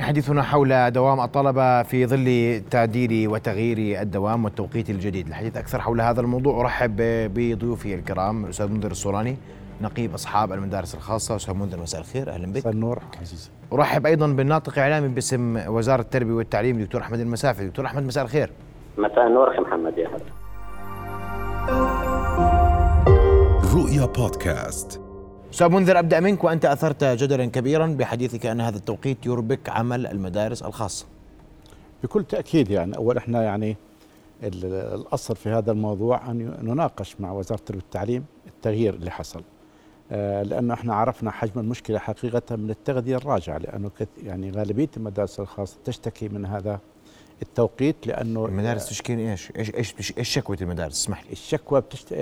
حديثنا حول دوام الطلبة في ظل تعديل وتغيير الدوام والتوقيت الجديد. الحديث أكثر حول هذا الموضوع أرحب بضيوفي الكرام الأستاذ منذر الصوراني نقيب أصحاب المدارس الخاصة. أستاذ منذر مساء الخير، أهلا بك. مساء النور عزيزي. أرحب أيضا بالناطق إعلامي باسم وزارة التربية والتعليم دكتور أحمد المسافي. دكتور أحمد مساء الخير. مساء النور أخي محمد. يا هلا. رؤيا بودكاست. أستاذ منذر، أبدأ منك، وأنت أثرت جدلا كبيرا بحديثك أن هذا التوقيت يربك عمل المدارس الخاصة. بكل تأكيد، يعني أول إحنا يعني الأصل في هذا الموضوع أن نناقش مع وزارة التربية والتعليم التغيير اللي حصل، لأنه إحنا عرفنا حجم المشكلة حقيقة من التغذية الراجعة، لأنه يعني غالبية المدارس الخاصة تشتكي من هذا التوقيت. لأنه المدارس تشكي إيش شكوى المدارس؟ اسمح لي. الشكوى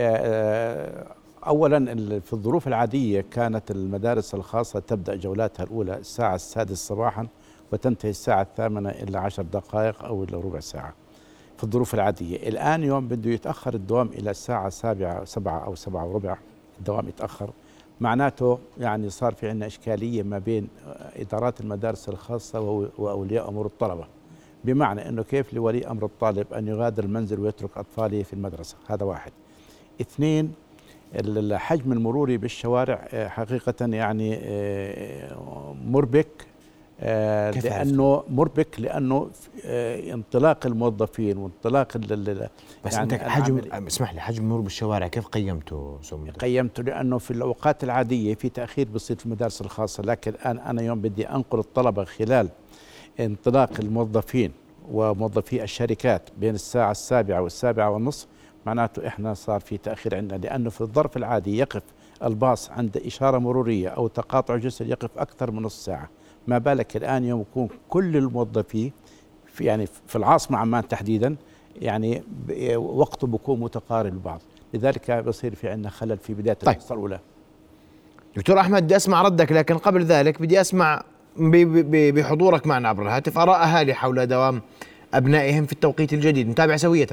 أولا في الظروف العادية كانت المدارس الخاصة تبدأ جولاتها الأولى الساعة 6 صباحا وتنتهي الساعة 8 إلا 10 دقائق أو إلا ربع ساعة في الظروف العادية. الآن يوم بده يتأخر الدوام إلى الساعة 7 أو 7 وربع، الدوام يتأخر، معناته يعني صار في عندنا إشكالية ما بين إدارات المدارس الخاصة وأولياء أمور الطلبة، بمعنى أنه كيف لولي أمر الطالب أن يغادر المنزل ويترك أطفاله في المدرسة. هذا واحد. اثنين، الحجم المروري بالشوارع حقيقة يعني مربك، لأنه مربك لأنه انطلاق الموظفين وانطلاق بس يعني أنت حجم، اسمح لي، حجم المرور بالشوارع كيف قيمته؟ قيمته لأنه في الأوقات العادية في تأخير بسيط في المدارس الخاصة، لكن أنا يوم بدي أنقل الطلبة خلال انطلاق الموظفين وموظفي الشركات بين الساعة 7 و7:30، معناته إحنا صار في تأخير عندنا، لأنه في الظرف العادي يقف الباص عند إشارة مرورية أو تقاطع جسر يقف أكثر من نص ساعة، ما بالك الآن يوم يكون كل الموظفين يعني في العاصمة عمان تحديدا يعني وقته بيكون متقارب لبعض، لذلك بصير في عندنا خلل في بداية الحصة الأولى. دكتور أحمد، بدي أسمع ردك، لكن قبل ذلك بدي أسمع بحضورك معنا عبر الهاتف آراء أهالي حول دوام أبنائهم في التوقيت الجديد. نتابع سوية.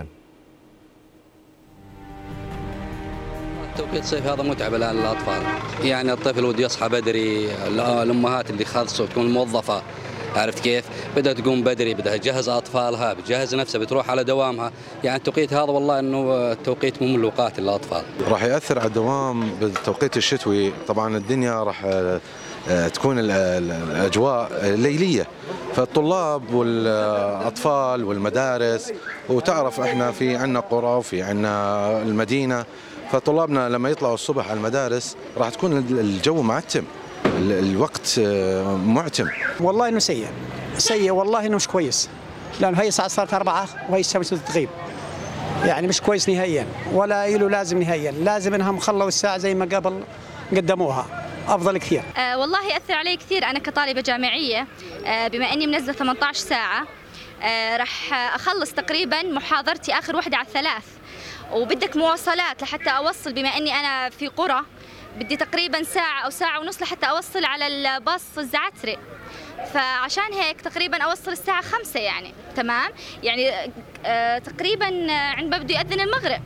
توقيت الصيف هذا متعب الآن للأطفال، يعني الطفل وده يصحى بدري، الأمهات اللي خلصوا تكون موظفة، عرفت كيف؟ بدها تقوم بدري، بدها تجهز أطفالها، بتجهز نفسها، بتروح على دوامها. يعني التوقيت هذا والله إنه التوقيت مو من الأوقات للأطفال. راح يأثر على الدوام بالتوقيت الشتوي، طبعا الدنيا راح تكون الأجواء ليلية، فالطلاب والأطفال والمدارس، وتعرف إحنا في عنا قرى وفي عنا المدينة، فطلابنا لما يطلعوا الصبح على المدارس راح تكون الجو معتم، الوقت معتم. والله انه سيء والله انه مش كويس، لانه هي الساعه صارت 4 وهي الشمس تغيب، يعني مش كويس نهائيا، ولا له لازم نهائيا، لازم انهم خلوا الساعه زي ما قبل قدموها افضل كثير. والله ياثر علي كثير، انا كطالبه جامعيه بما اني منزله 18 ساعه، راح اخلص تقريبا محاضرتي اخر واحده على 3، وبدك مواصلات لحتى أوصل، بما أني أنا في قرى بدي تقريبا ساعة أو ساعة ونص لحتى أوصل على الباص الزعتري، فعشان هيك تقريبا أوصل الساعة 5 يعني تمام، يعني تقريبا عند ما بده يأذن المغرب.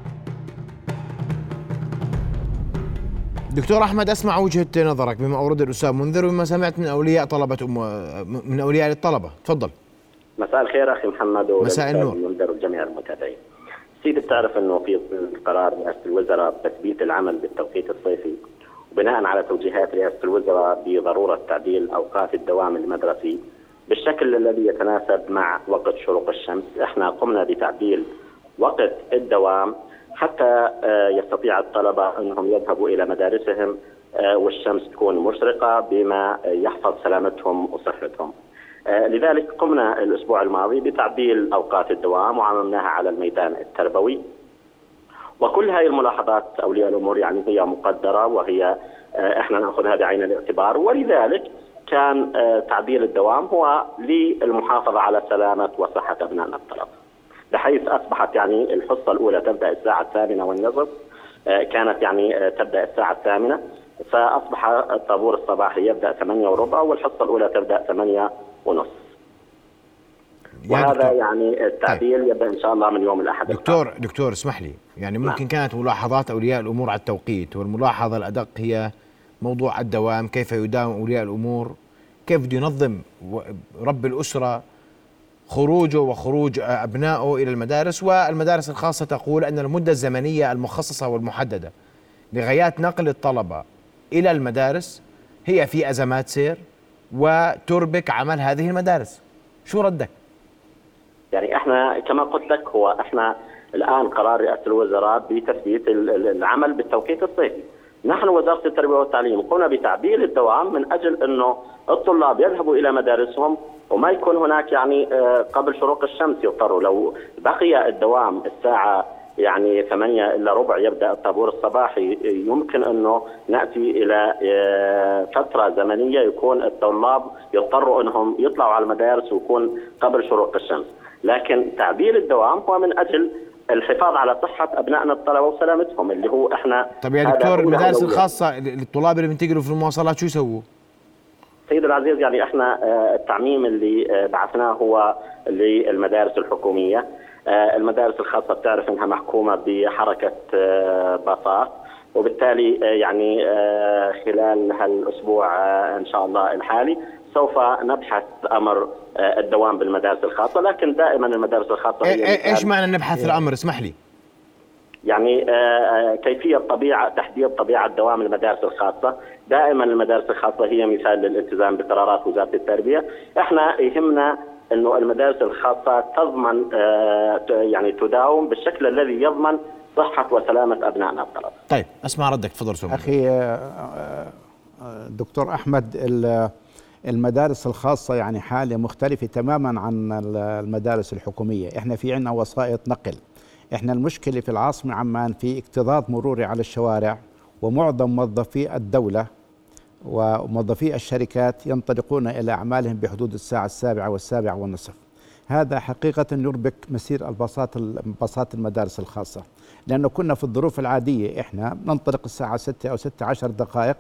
دكتور أحمد، أسمع وجهة نظرك بما أورد الأستاذ منذر وبما سمعت من أولياء من أولياء الطلبة. تفضل. مساء الخير أخي محمد. مساء النور. منذر وجميع المتابعين. سيدي، بتعرف انه في قرار رئاسة الوزراء بتثبيت العمل بالتوقيت الصيفي، وبناء على توجيهات رئاسة الوزراء بضرورة تعديل اوقات الدوام المدرسي بالشكل الذي يتناسب مع وقت شروق الشمس. احنا قمنا بتعديل وقت الدوام حتى يستطيع الطلبة انهم يذهبوا الى مدارسهم والشمس تكون مشرقة بما يحفظ سلامتهم وصحتهم. لذلك قمنا الأسبوع الماضي بتعديل أوقات الدوام وعممناها على الميدان التربوي، وكل هذه الملاحظات أولياء الأمور يعني هي مقدرة، وهي إحنا نأخذها بعين الاعتبار، ولذلك كان تعديل الدوام هو للمحافظة على سلامة وصحة أبنائنا الطلبة، بحيث أصبحت يعني الحصة الأولى تبدأ الساعة 8:15، كانت يعني تبدأ الساعة 8، فأصبح الطابور الصباحي يبدأ 8:15 والحصة الأولى تبدأ 8:30. وهذا يعني التعديل يبدأ إن شاء الله من يوم الأحد. دكتور اسمح لي، يعني ممكن كانت ملاحظات أولياء الأمور على التوقيت، والملاحظة الأدق هي موضوع الدوام، كيف يداوم أولياء الأمور، كيف بده ينظم رب الأسرة خروجه وخروج أبنائه إلى المدارس. والمدارس الخاصة تقول أن المدة الزمنية المخصصة والمحددة لغايات نقل الطلبة إلى المدارس هي في أزمات سير وتربك عمل هذه المدارس. شو ردك؟ يعني احنا كما قلت لك، هو احنا الآن قرار رئاسة الوزراء بتثبيت العمل بالتوقيت الصيفي. نحن وزارة التربية والتعليم قمنا بتعديل الدوام من أجل أنه الطلاب يذهبوا إلى مدارسهم وما يكون هناك يعني قبل شروق الشمس يضطروا. لو بقي الدوام الساعة يعني 8 إلا ربع يبدأ الطابور الصباحي، يمكن أنه نأتي إلى فترة زمنية يكون الطلاب يضطروا أنهم يطلعوا على المدارس ويكون قبل شروق الشمس. لكن تعديل الدوام هو من أجل الحفاظ على صحة أبنائنا الطلبة وسلامتهم اللي هو إحنا. طب يا دكتور، المدارس الخاصة الطلاب اللي بينتقلوا في المواصلات شو يسووا؟ سيد العزيز، يعني احنا التعميم اللي بعثناه هو للمدارس الحكومية. المدارس الخاصة بتعرف انها محكومة بحركة باصات، وبالتالي يعني خلال هالأسبوع ان شاء الله الحالي سوف نبحث أمر الدوام بالمدارس الخاصة. لكن دائما المدارس الخاصة ايش معنى نبحث الأمر؟ اسمح لي. يعني كيفية تحديد طبيعة دوام المدارس الخاصة. دائما المدارس الخاصة هي مثال للالتزام بقرارات وزارة التربية. احنا يهمنا انه المدارس الخاصة تضمن يعني تداوم بالشكل الذي يضمن صحة وسلامة أبنائنا الطلبة. طيب اسمع ردك، تفضل سمو. أخي دكتور أحمد، المدارس الخاصة يعني حالة مختلفة تماما عن المدارس الحكومية. احنا في عنا وسائط نقل. احنا المشكلة في العاصمة عمان في اكتظاظ مروري على الشوارع، ومعظم موظفي الدولة وموظفي الشركات ينطلقون إلى أعمالهم بحدود الساعة 7 و7:30. هذا حقيقة يربك مسير الباصات المدارس الخاصة، لأنه كنا في الظروف العادية احنا ننطلق الساعة 6 أو 16 دقائق،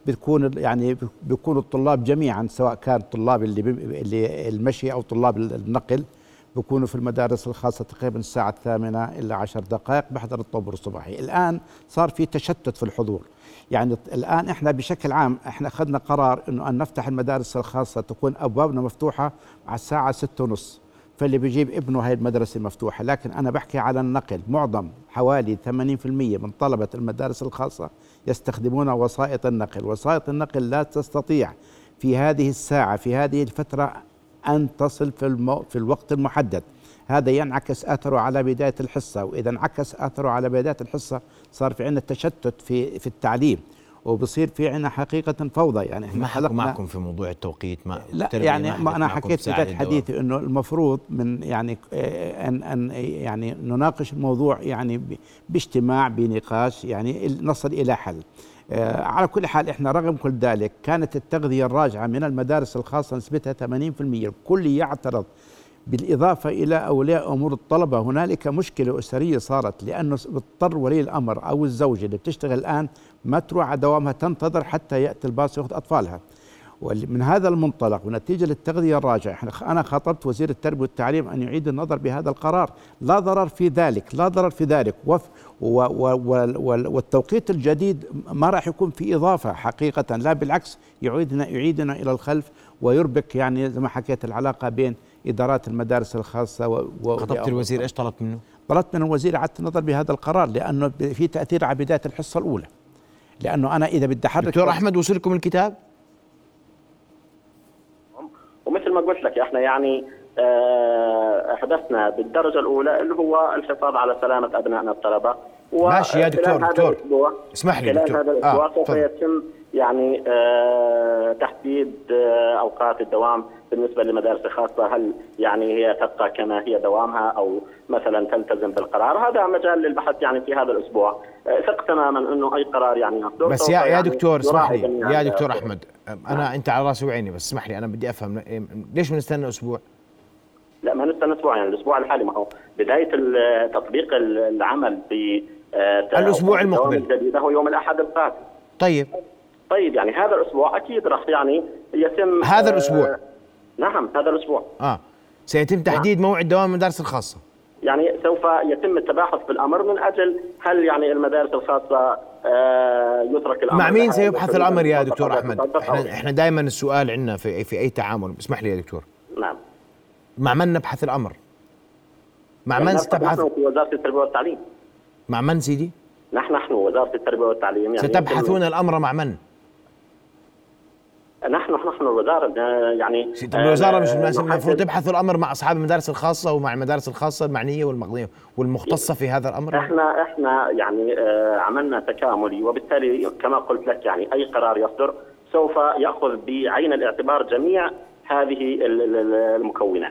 بيكون الطلاب جميعا سواء كان طلاب اللي المشي أو طلاب النقل بيكونوا في المدارس الخاصة تقريبا الساعة 8 إلا 10 دقائق بحضر الطابور الصباحي. الآن صار في تشتت في الحضور. يعني الآن احنا بشكل عام احنا أخذنا قرار انه ان نفتح المدارس الخاصة تكون ابوابنا مفتوحة على الساعة 6:30، فاللي بيجيب ابنه هاي المدرسة مفتوحة. لكن انا بحكي على النقل، معظم حوالي 80% من طلبة المدارس الخاصة يستخدمون وسائط النقل. وسائط النقل لا تستطيع في هذه الساعة في هذه الفترة أن تصل في الوقت المحدد. هذا ينعكس أثره على بداية الحصة، وإذا انعكس أثره على بداية الحصة صار في عندنا تشتت في التعليم، وبصير في عندنا حقيقة فوضى. يعني احنا ما معكم في موضوع التوقيت؟ لا يعني ما أنا حكيت في بداية حديثي إنه المفروض من يعني أن يعني نناقش الموضوع يعني باجتماع بنقاش يعني نصل إلى حل. على كل حال احنا رغم كل ذلك كانت التغذية الراجعة من المدارس الخاصة نسبتها 80%. الكل يعترض. بالإضافة إلى أولياء أمور الطلبة هنالك مشكلة أسرية صارت، لأنه بيضطر ولي الأمر أو الزوجة اللي بتشتغل الآن ما تروح على دوامها، تنتظر حتى يأتي الباص يأخذ أطفالها. ومن هذا المنطلق ونتيجة للتغذية الراجعة أنا خاطبت وزير التربية والتعليم أن يعيد النظر بهذا القرار. لا ضرر في ذلك، لا ضرر في ذلك. والتوقيت الجديد ما راح يكون في إضافة حقيقة، لا بالعكس يعيدنا إلى الخلف ويربك يعني زي ما حكيت العلاقة بين إدارات المدارس الخاصة. خطبت الوزير، إيش طلبت منه؟ طلبت من الوزير إعادة النظر بهذا القرار، لأنه في تأثير على بداية الحصة الأولى. لأنه أنا إذا بدي أحرك. دكتور أحمد، وصلكم الكتاب؟ ومثل ما قلت لك احنا يعني هدفنا بالدرجة الأولى اللي هو الحفاظ على سلامة أبنائنا الطلبة. ماشي يا دكتور اسمح لي دكتور. هذا الأسبوع سوف يتم يعني تحديد أوقات الدوام بالنسبة للمدارس الخاصة. هل يعني هي تبقى كما هي دوامها أو مثلا تلتزم بالقرار؟ هذا مجال للبحث يعني في هذا الأسبوع. ثق تماما أنه أي قرار يعني يصدر. بس يا دكتور اسمح لي يا دكتور أحمد، أنت على راسي وعيني، بس اسمح لي أنا بدي أفهم ليش بنستنى أسبوع؟ لا ما نستنى أسبوع، يعني الأسبوع الحالي ما هو بداية تطبيق العمل ب الأسبوع المقبل الجديد هو يوم الأحد القادم. طيب يعني هذا الأسبوع أكيد راح يعني يتم هذا الأسبوع. نعم هذا الأسبوع سيتم تحديد موعد دوام المدارس الخاصة. يعني سوف يتم التباحث في الأمر من أجل هل يعني المدارس الخاصة يترك الامر. مع مين سيبحث الامر يا دكتور احمد؟ احنا دائما السؤال عندنا في اي تعامل، اسمح لي يا دكتور. نعم. مع من نبحث الامر؟ مع من ستبحث؟ نحن في وزاره التربيه والتعليم. مع من سيدي؟ نحن وزاره التربيه والتعليم. يعني ستبحثون الامر مع من؟ نحن الوزاره يعني. الوزاره مش المفروض تبحثوا الامر مع اصحاب المدارس الخاصه ومع المدارس الخاصه المعنيه والمختصه في هذا الامر؟ احنا يعني عملنا تكاملي، وبالتالي كما قلت لك يعني اي قرار يصدر سوف ياخذ بعين الاعتبار جميع هذه المكونات.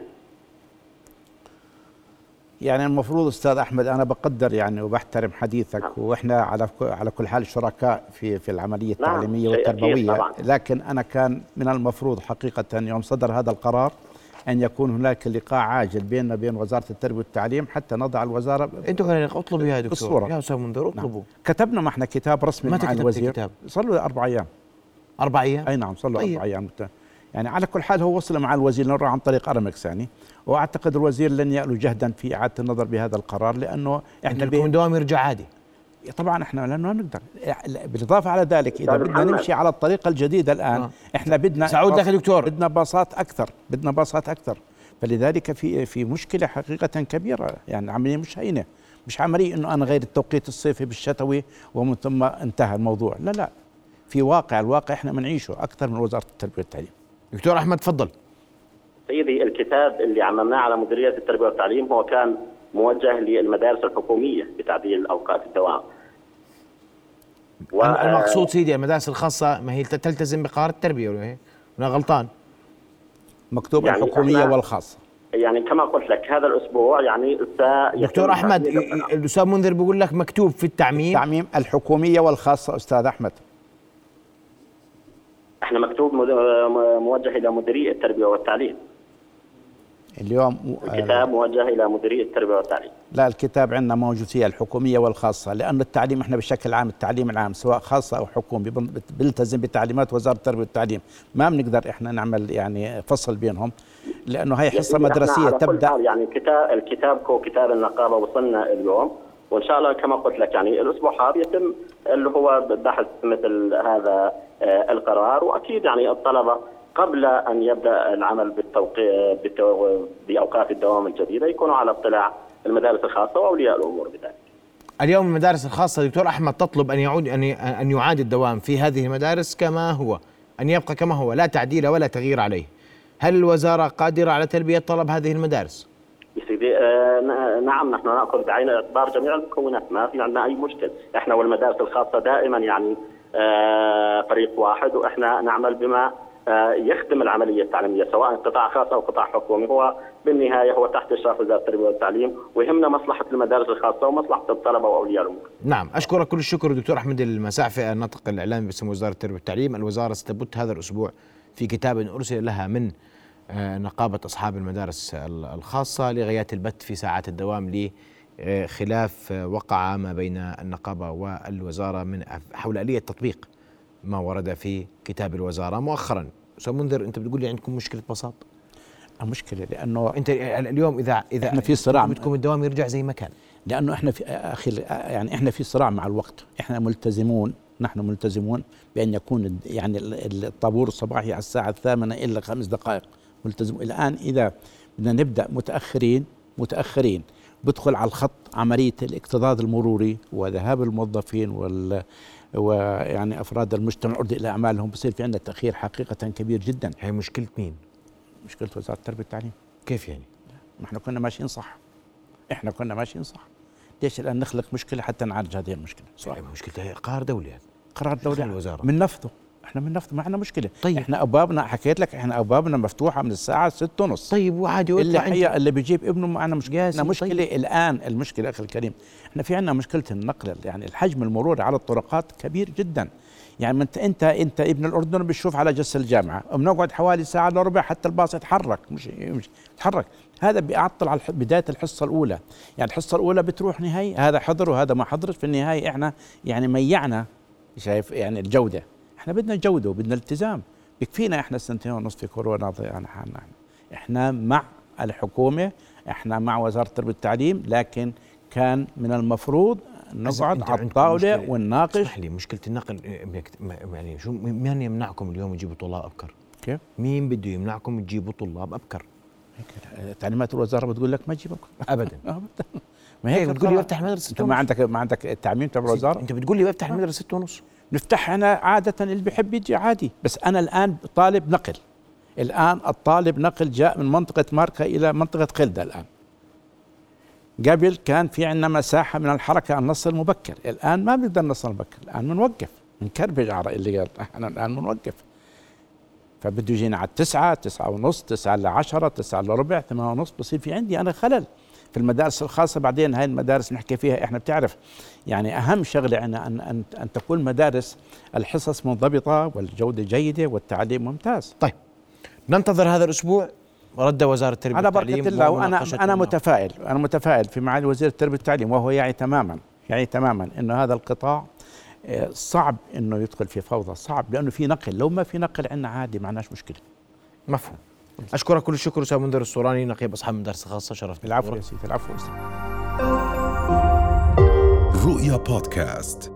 يعني المفروض استاذ احمد، انا بقدر يعني وبحترم حديثك، واحنا على كل حال شركاء في العمليه التعليميه والتربويه، لكن انا كان من المفروض حقيقه يوم صدر هذا القرار ان يكون هناك لقاء عاجل بيننا وبين وزاره التربيه والتعليم حتى نضع الوزاره. انتم اطلبوا يا دكتور يا استاذ منذر، اطلبوا. كتبنا ما احنا كتاب رسمي مع الوزير. كتاب؟ صار له 4 ايام. 4 ايام؟ اي نعم، صار له 4 ايام. يعني على كل حال هو وصل مع الوزير لأنه عن طريق أرامكس يعني، واعتقد الوزير لن يألو جهدا في إعادة النظر بهذا القرار، لأنه احنا بدكم دوام يرجع عادي. طبعا احنا لانه نقدر. بالاضافه على ذلك اذا بدنا نمشي على الطريقه الجديده الان احنا بدنا سعود لك دكتور، بدنا باصات اكثر، فلذلك في مشكله حقيقه كبيره. يعني عمليه مش هينه، مش عمليه انه انا غير التوقيت الصيفي بالشتوي ومن ثم انتهى الموضوع. لا، في الواقع احنا بنعيشه اكثر من وزاره التربيه والتعليم. دكتور احمد تفضل. سيدي، الكتاب اللي عممناه على مديريه التربيه والتعليم هو كان موجه للمدارس الحكوميه بتعديل اوقات الدوام. المقصود سيدي المدارس الخاصه ما هي تلتزم بقرار التربيه ولا ايه؟ انا غلطان؟ مكتوب يعني الحكوميه والخاصه. يعني كما قلت لك هذا الاسبوع يعني دكتور احمد، الاستاذ منذر بيقول لك مكتوب في التعميم الحكوميه والخاصه. استاذ احمد، احنا مكتوب موجه الى مديريه التربيه والتعليم. اليوم الكتاب موجه الى مديريه التربيه والتعليم. لا، الكتاب عندنا موجود فيها الحكوميه والخاصه، لأن التعليم احنا بشكل عام التعليم العام سواء خاصه او حكومي بيلتزم بتعليمات وزاره التربيه والتعليم، ما بنقدر احنا نعمل يعني فصل بينهم، لانه هي حصه مدرسيه تبدا. يعني الكتاب كتاب النقابه وصلنا اليوم، وان شاء الله كما قلت لك يعني الاسبوع هذا يتم اللي هو بحث مثل هذا القرار، واكيد يعني الطلبه قبل أن يبدأ العمل بأوقات الدوام الجديدة يكونوا على اطلاع المدارس الخاصة وأولياء الأمور بذلك. اليوم المدارس الخاصة دكتور أحمد تطلب أن يعاد الدوام في هذه المدارس كما هو، أن يبقى كما هو لا تعديل ولا تغيير عليه. هل الوزارة قادرة على تلبية طلب هذه المدارس؟ يا سيدي نعم، نحن نأخذ بعين الاعتبار جميع المكونات، ما في عندنا أي مشكل. احنا والمدارس الخاصة دائما يعني فريق واحد، وإحنا نعمل بما يخدم العملية التعليمية سواء قطاع خاص أو قطاع حكومي. هو بالنهاية هو تحت إشراف وزارة التربية والتعليم، ويهمنا مصلحة المدارس الخاصة ومصلحة الطلبة وأولياء الأمور. نعم، أشكرك كل الشكر دكتور أحمد المساعفي الناطق الإعلامي باسم وزارة التربية والتعليم. الوزارة ستبت هذا الأسبوع في كتاب أرسل لها من نقابة أصحاب المدارس الخاصة لغايات البت في ساعات الدوام لخلاف وقع ما بين النقابة والوزارة من حول آلية تطبيق ما ورد في كتاب الوزارة مؤخرا. أستاذ منذر، أنت بتقول لي عندكم مشكلة بساط؟ مشكلة لأنه أنت اليوم إذا احنا في صراع بدكم الدوام يرجع زي ما كان، لأنه احنا في يعني احنا في صراع مع الوقت. احنا نحن ملتزمون بأن يكون يعني الطابور الصباحي على الساعة 8 إلا 5 دقائق ملتزم. الآن إذا بدنا نبدأ متأخرين بدخل على الخط عملية الاكتظاظ المروري وذهاب الموظفين ويعني أفراد المجتمع الأردني إلى أعمالهم، بصير في عندنا تأخير حقيقة كبير جدا. هي مشكلة مين؟ مشكلة وزارة التربية والتعليم. كيف يعني؟ احنا كنا ماشيين صح. ليش الآن نخلق مشكلة حتى نعالج هذه المشكلة؟ مشكلة قرار دولي، قرار دولي الوزارة من نفذه. احنا من نفذه ما عندنا مشكلة. طيب احنا أبوابنا، حكيت لك احنا أبوابنا مفتوحة من الساعة 6:30. طيب وعادي اللي بيجيب ابنه معنا مشكلة. مشكلة طيب. الآن المشكلة أخي الكريم احنا في عندنا مشكلة النقل، يعني الحجم المروري على الطرقات كبير جدا. يعني انت ابن الأردن بتشوف على جسر الجامعة بنقعد حوالي ساعة إلا ربع حتى الباص يتحرك، مش يتحرك. هذا بيعطل على بداية الحصة الأولى. يعني الحصة الأولى بتروح نهاية، هذا حضر وهذا ما حضرش، في النهاية احنا يعني ميعنا. شايف يعني الجودة، احنا بدنا جودة وبدنا التزام. بكفينا احنا 2.5 في كورونا يعني احنا مع الحكومة، احنا مع وزارة التربية والتعليم، لكن كان من المفروض نقعد على الطاولة ونناقش. اسمح لي، مشكلة النقل يعني شو، مين يمنعكم اليوم يجيبوا طلاب أبكر؟ كيف؟ مين بده يمنعكم تجيبوا طلاب أبكر؟ تعليمات الوزارة بتقول لك ما تجيبكم أبدا. ما هيك بتقول لي بفتح المدرسة ما عندك التعميم تبع الوزارة. أنت بتقول لي بفتح المدرسة 6:30. نفتح. أنا عادة اللي بيحب يجي عادي، بس أنا الآن طالب نقل. الآن الطالب نقل جاء من منطقة ماركا إلى منطقة قلدة. الآن قبل كان في عندنا مساحة من الحركة أن نصل مبكر، الآن ما بنقدر نصل مبكر، الآن بنوقف نكربج على اللي قال احنا الآن بنوقف. فبده يجينا على 9، 9:30، 9:10، 9:15، 8:30، بصير في عندي أنا خلل في المدارس الخاصة. بعدين هاي المدارس نحكي فيها احنا بتعرف يعني أهم شغلة عنا أن تكون مدارس الحصص منضبطة والجودة جيدة والتعليم ممتاز. طيب ننتظر هذا الأسبوع رد وزارة التربية والتعليم. على بركة الله. وأنا متفائل في معالي وزير التربية والتعليم، وهو يعي تماما إنه هذا القطاع صعب إنه يدخل في فوضى، صعب لأنه في نقل. لو ما في نقل عندنا عادي ما عندناش مشكلة. مفهوم. أشكرك كل الشكر أستاذ منذر السوراني، نقيب أصحاب المدارس الخاصة. شرفتنا. العفو يا سيدي، العفو. رؤيا بودكاست.